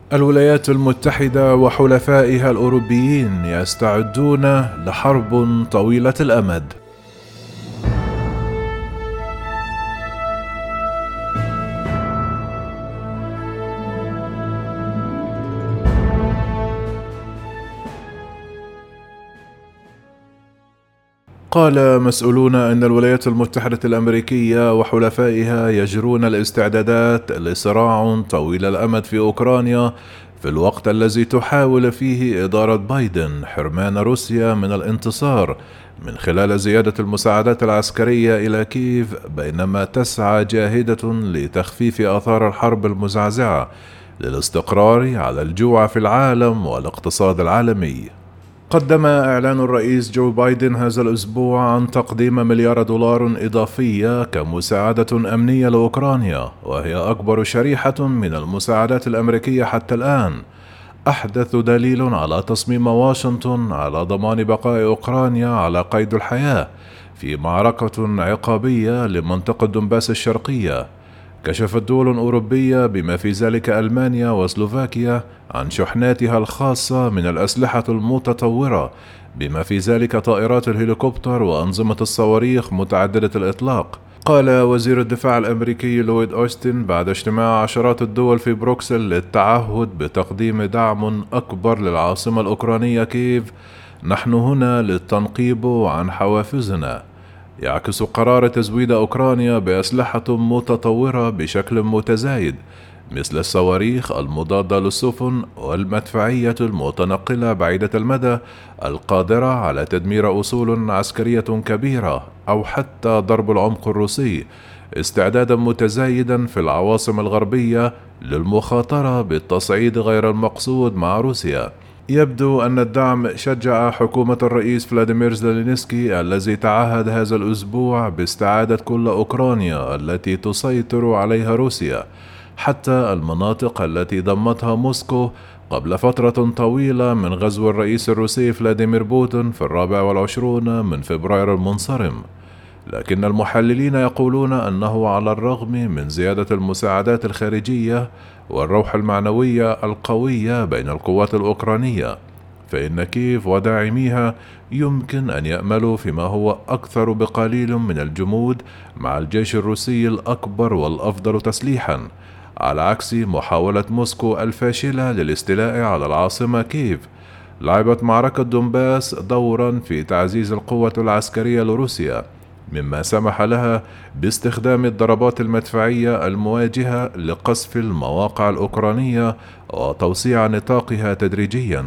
الولايات المتحدة وحلفائها الأوروبيين يستعدون لحرب طويلة الأمد. قال مسؤولون إن الولايات المتحدة الأمريكية وحلفائها يجرون الاستعدادات لصراع طويل الأمد في أوكرانيا، في الوقت الذي تحاول فيه إدارة بايدن حرمان روسيا من الانتصار من خلال زيادة المساعدات العسكرية إلى كييف، بينما تسعى جاهدة لتخفيف آثار الحرب المزعزعة للاستقرار على الجوع في العالم والاقتصاد العالمي. قدم إعلان الرئيس جو بايدن هذا الأسبوع عن تقديم مليار دولار إضافية كمساعدة أمنية لأوكرانيا، وهي أكبر شريحة من المساعدات الأمريكية حتى الآن، أحدث دليل على تصميم واشنطن على ضمان بقاء أوكرانيا على قيد الحياة في معركة عقابية لمنطقة دونباس الشرقية. كشفت دول أوروبية بما في ذلك ألمانيا وسلوفاكيا عن شحناتها الخاصة من الأسلحة المتطورة، بما في ذلك طائرات الهليكوبتر وأنظمة الصواريخ متعددة الإطلاق. قال وزير الدفاع الأمريكي لويد أوستن بعد اجتماع عشرات الدول في بروكسل للتعهد بتقديم دعم أكبر للعاصمة الأوكرانية كييف: نحن هنا للتنقيب عن حوافزنا. يعكس قرار تزويد أوكرانيا بأسلحة متطورة بشكل متزايد، مثل الصواريخ المضادة للسفن والمدفعية المتنقلة بعيدة المدى القادرة على تدمير أصول عسكرية كبيرة أو حتى ضرب العمق الروسي، استعدادا متزايدا في العواصم الغربية للمخاطرة بالتصعيد غير المقصود مع روسيا. يبدو أن الدعم شجع حكومة الرئيس فلاديمير زيلينسكي الذي تعهد هذا الأسبوع باستعادة كل أوكرانيا التي تسيطر عليها روسيا، حتى المناطق التي ضمتها موسكو قبل فترة طويلة من غزو الرئيس الروسي فلاديمير بوتين في 24 من فبراير المنصرم. لكن المحللين يقولون أنه على الرغم من زيادة المساعدات الخارجية والروح المعنوية القوية بين القوات الأوكرانية، فإن كييف وداعميها يمكن أن يأملوا فيما هو أكثر بقليل من الجمود مع الجيش الروسي الأكبر والأفضل تسليحا، على عكس محاولة موسكو الفاشلة للاستيلاء على العاصمة كييف. لعبت معركة دونباس دورا في تعزيز القوة العسكرية لروسيا، مما سمح لها باستخدام الضربات المدفعية المواجهة لقصف المواقع الأوكرانية وتوسيع نطاقها تدريجيا.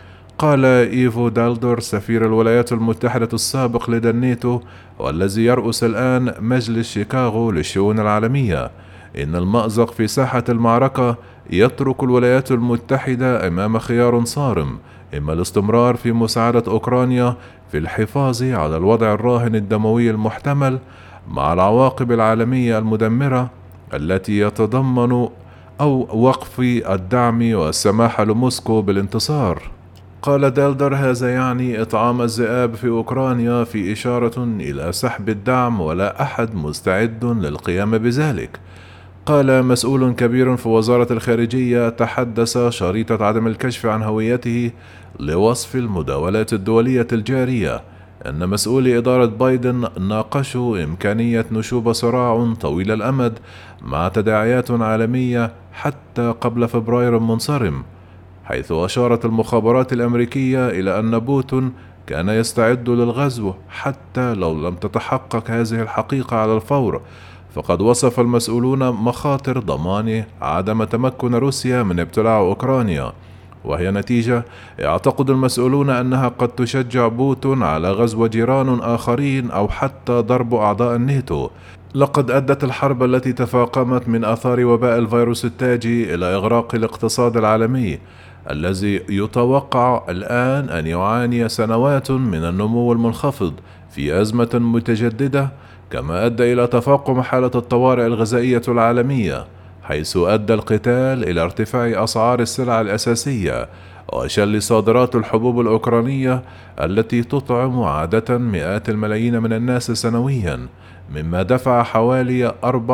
قال إيفو دالدور سفير الولايات المتحدة السابق لدى الناتو والذي يرأس الآن مجلس شيكاغو للشؤون العالمية إن المأزق في ساحة المعركة يترك الولايات المتحدة أمام خيار صارم: إما الاستمرار في مساعدة أوكرانيا في الحفاظ على الوضع الراهن الدموي المحتمل مع العواقب العالمية المدمرة التي يتضمن، أو وقف الدعم والسماح لموسكو بالانتصار. قال دالدر هذا يعني إطعام الذئاب في أوكرانيا، في إشارة إلى سحب الدعم ولا أحد مستعد للقيام بذلك. قال مسؤول كبير في وزارة الخارجية تحدث شريطة عدم الكشف عن هويته لوصف المداولات الدولية الجارية أن مسؤولي إدارة بايدن ناقشوا إمكانية نشوب صراع طويل الأمد مع تداعيات عالمية حتى قبل فبراير المنصرم، حيث أشارت المخابرات الأمريكية إلى أن بوتين كان يستعد للغزو حتى لو لم تتحقق هذه الحقيقة على الفور. فقد وصف المسؤولون مخاطر ضمان عدم تمكن روسيا من ابتلاع أوكرانيا، وهي نتيجة يعتقد المسؤولون أنها قد تشجع بوتين على غزو جيران آخرين أو حتى ضرب أعضاء الناتو. لقد أدت الحرب التي تفاقمت من آثار وباء الفيروس التاجي إلى إغراق الاقتصاد العالمي الذي يتوقع الآن أن يعاني سنوات من النمو المنخفض في أزمة متجددة، كما أدى إلى تفاقم حالة الطوارئ الغذائية العالمية، حيث أدى القتال إلى ارتفاع أسعار السلع الأساسية وشل صادرات الحبوب الأوكرانية التي تطعم عادة مئات الملايين من الناس سنويا، مما دفع حوالي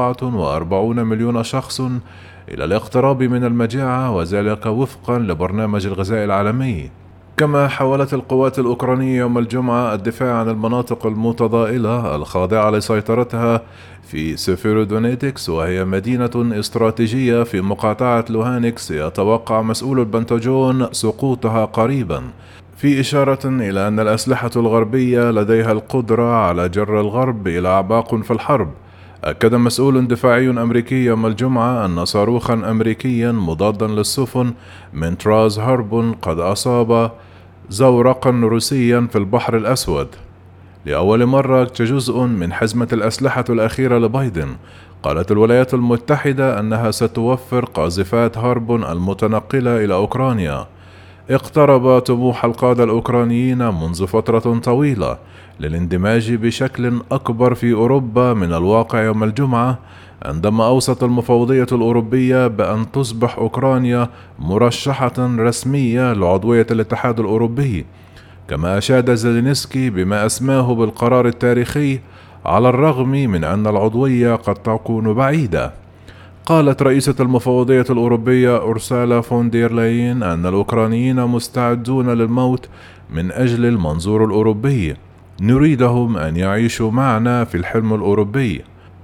44 مليون شخص إلى الاقتراب من المجاعة، وذلك وفقا لبرنامج الغذاء العالمي. كما حاولت القوات الأوكرانية يوم الجمعة الدفاع عن المناطق المتضائلة الخاضعة لسيطرتها في سيفيرودونيتكس، وهي مدينة استراتيجية في مقاطعة لوهانكس يتوقع مسؤول البنتاجون سقوطها قريبا، في إشارة إلى أن الأسلحة الغربية لديها القدرة على جر الغرب إلى أعماق في الحرب. أكد مسؤول دفاعي أمريكي يوم الجمعة أن صاروخا أمريكيا مضادا للسفن من تراز هاربون قد أصاب زورقا روسيا في البحر الأسود لأول مرة كجزء من حزمة الأسلحة الأخيرة لبايدن. قالت الولايات المتحدة أنها ستوفر قاذفات هاربون المتنقلة إلى أوكرانيا. اقترب طموح القادة الأوكرانيين منذ فترة طويلة للاندماج بشكل أكبر في أوروبا من الواقع يوم الجمعة، عندما أوصت المفوضية الأوروبية بأن تصبح أوكرانيا مرشحة رسمية لعضوية الاتحاد الأوروبي. كما أشاد زيلينسكي بما أسماه بالقرار التاريخي على الرغم من أن العضوية قد تكون بعيدة. قالت رئيسة المفوضية الأوروبية أورسولا فون دير لاين أن الأوكرانيين مستعدون للموت من أجل المنظور الأوروبي، نريدهم أن يعيشوا معنا في الحلم الأوروبي.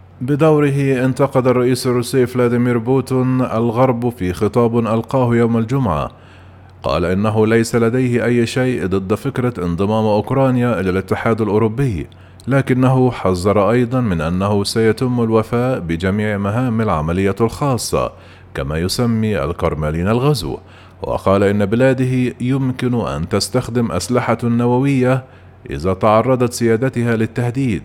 بدوره انتقد الرئيس الروسي فلاديمير بوتين الغرب في خطاب ألقاه يوم الجمعة. قال إنه ليس لديه أي شيء ضد فكرة انضمام أوكرانيا إلى الاتحاد الأوروبي، لكنه حذر أيضا من أنه سيتم الوفاء بجميع مهام العملية الخاصة، كما يسمي الكرملين الغزو. وقال إن بلاده يمكن أن تستخدم أسلحة نووية إذا تعرضت سيادتها للتهديد.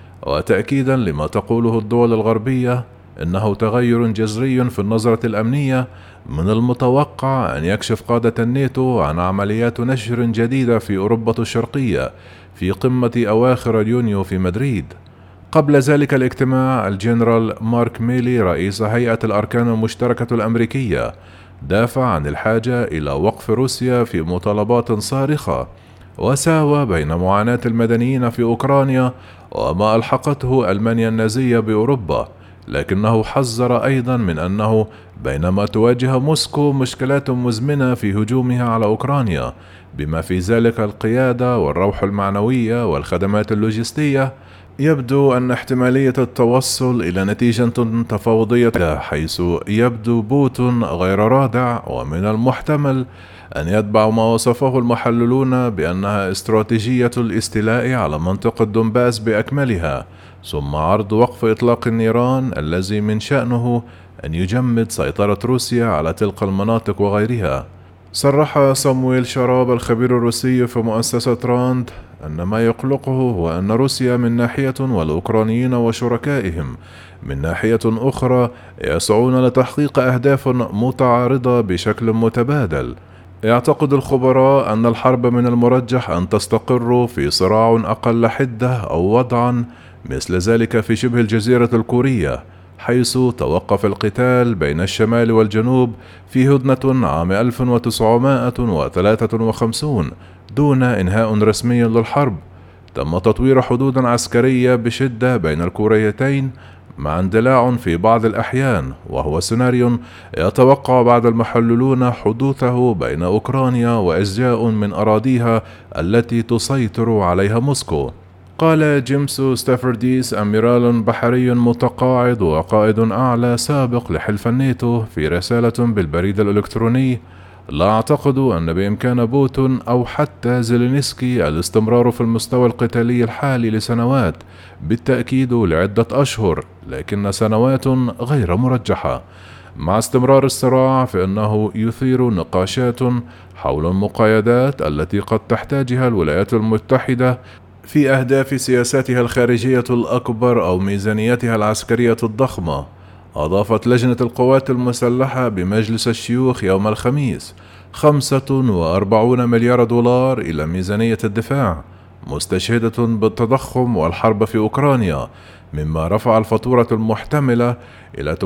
وتأكيدا لما تقوله الدول الغربية، إنه تغير جذري في النظرة الأمنية من المتوقع أن يكشف قادة الناتو عن عمليات نشر جديدة في أوروبا الشرقية في قمة أواخر يونيو في مدريد. قبل ذلك الاجتماع، الجنرال مارك ميلي رئيس هيئة الأركان المشتركة الأمريكية دافع عن الحاجة إلى وقف روسيا في مطالبات صارخة، وساوى بين معاناة المدنيين في أوكرانيا وما ألحقته ألمانيا النازية بأوروبا. لكنه حذر أيضا من أنه بينما تواجه موسكو مشكلات مزمنة في هجومها على أوكرانيا، بما في ذلك القيادة والروح المعنوية والخدمات اللوجستية، يبدو أن احتمالية التوصل إلى نتيجة تفاوضية، حيث يبدو بوتين غير رادع، ومن المحتمل أن يتبع ما وصفه المحللون بأنها استراتيجية الاستيلاء على منطقة دونباس بأكملها، ثم عرض وقف إطلاق النيران الذي من شأنه أن يجمد سيطرة روسيا على تلك المناطق وغيرها. صرح صامويل شراب الخبير الروسي في مؤسسة راند أن ما يقلقه هو أن روسيا من ناحية والأوكرانيين وشركائهم من ناحية أخرى يسعون لتحقيق أهداف متعارضة بشكل متبادل. يعتقد الخبراء أن الحرب من المرجح أن تستقر في صراع أقل حدة أو وضعا مثل ذلك في شبه الجزيرة الكورية، حيث توقف القتال بين الشمال والجنوب في هدنة عام 1953 دون إنهاء رسمي للحرب. تم تطوير حدود عسكرية بشدة بين الكوريتين مع اندلاع في بعض الأحيان، وهو سيناريو يتوقع بعض المحللون حدوثه بين أوكرانيا وأجزاء من أراضيها التي تسيطر عليها موسكو. قال جيمس ستافرديس، أميرال بحري متقاعد وقائد أعلى سابق لحلف الناتو، في رسالة بالبريد الإلكتروني: لا أعتقد أن بإمكان بوتين أو حتى زيلينسكي الاستمرار في المستوى القتالي الحالي لسنوات، بالتأكيد لعدة أشهر، لكن سنوات غير مرجحة. مع استمرار الصراع فإنه يثير نقاشات حول المقايضات التي قد تحتاجها الولايات المتحدة في أهداف سياساتها الخارجية الأكبر أو ميزانيتها العسكرية الضخمة. أضافت لجنة القوات المسلحة بمجلس الشيوخ يوم الخميس 45 مليار دولار إلى ميزانية الدفاع، مستشهدة بالتضخم والحرب في أوكرانيا، مما رفع الفاتورة المحتملة إلى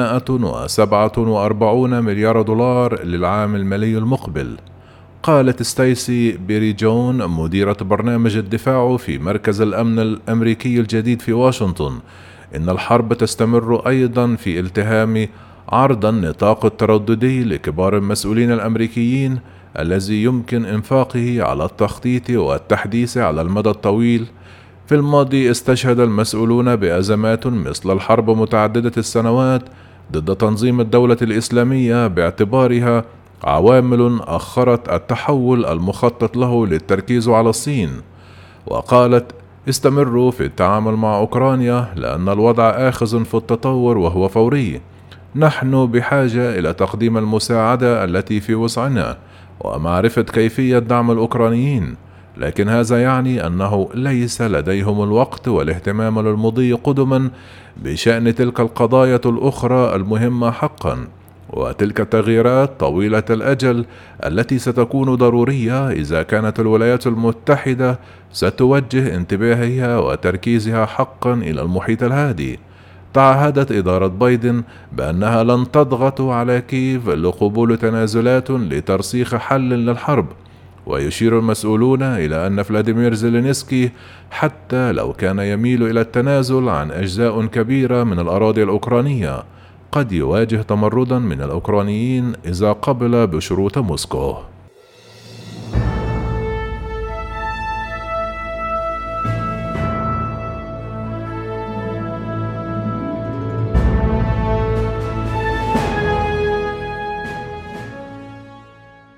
847 مليار دولار للعام المالي المقبل. قالت ستايسي بيريجون مديرة برنامج الدفاع في مركز الأمن الأمريكي الجديد في واشنطن إن الحرب تستمر أيضا في التهام عرض النطاق الترددي لكبار المسؤولين الأمريكيين الذي يمكن إنفاقه على التخطيط والتحديث على المدى الطويل. في الماضي استشهد المسؤولون بأزمات مثل الحرب متعددة السنوات ضد تنظيم الدولة الإسلامية باعتبارها عوامل أخرت التحول المخطط له للتركيز على الصين. وقالت: استمروا في التعامل مع أوكرانيا لأن الوضع آخذ في التطور وهو فوري. نحن بحاجة إلى تقديم المساعدة التي في وسعنا ومعرفة كيفية دعم الأوكرانيين، لكن هذا يعني أنه ليس لديهم الوقت والاهتمام للمضي قدما بشأن تلك القضايا الأخرى المهمة حقا، وتلك التغييرات طويلة الأجل التي ستكون ضرورية إذا كانت الولايات المتحدة ستوجه انتباهها وتركيزها حقا إلى المحيط الهادي. تعهدت إدارة بايدن بأنها لن تضغط على كييف لقبول تنازلات لترسيخ حل للحرب، ويشير المسؤولون إلى أن فلاديمير زيلينسكي حتى لو كان يميل إلى التنازل عن أجزاء كبيرة من الأراضي الأوكرانية قد يواجه تمردا من الأوكرانيين إذا قبل بشروط موسكو.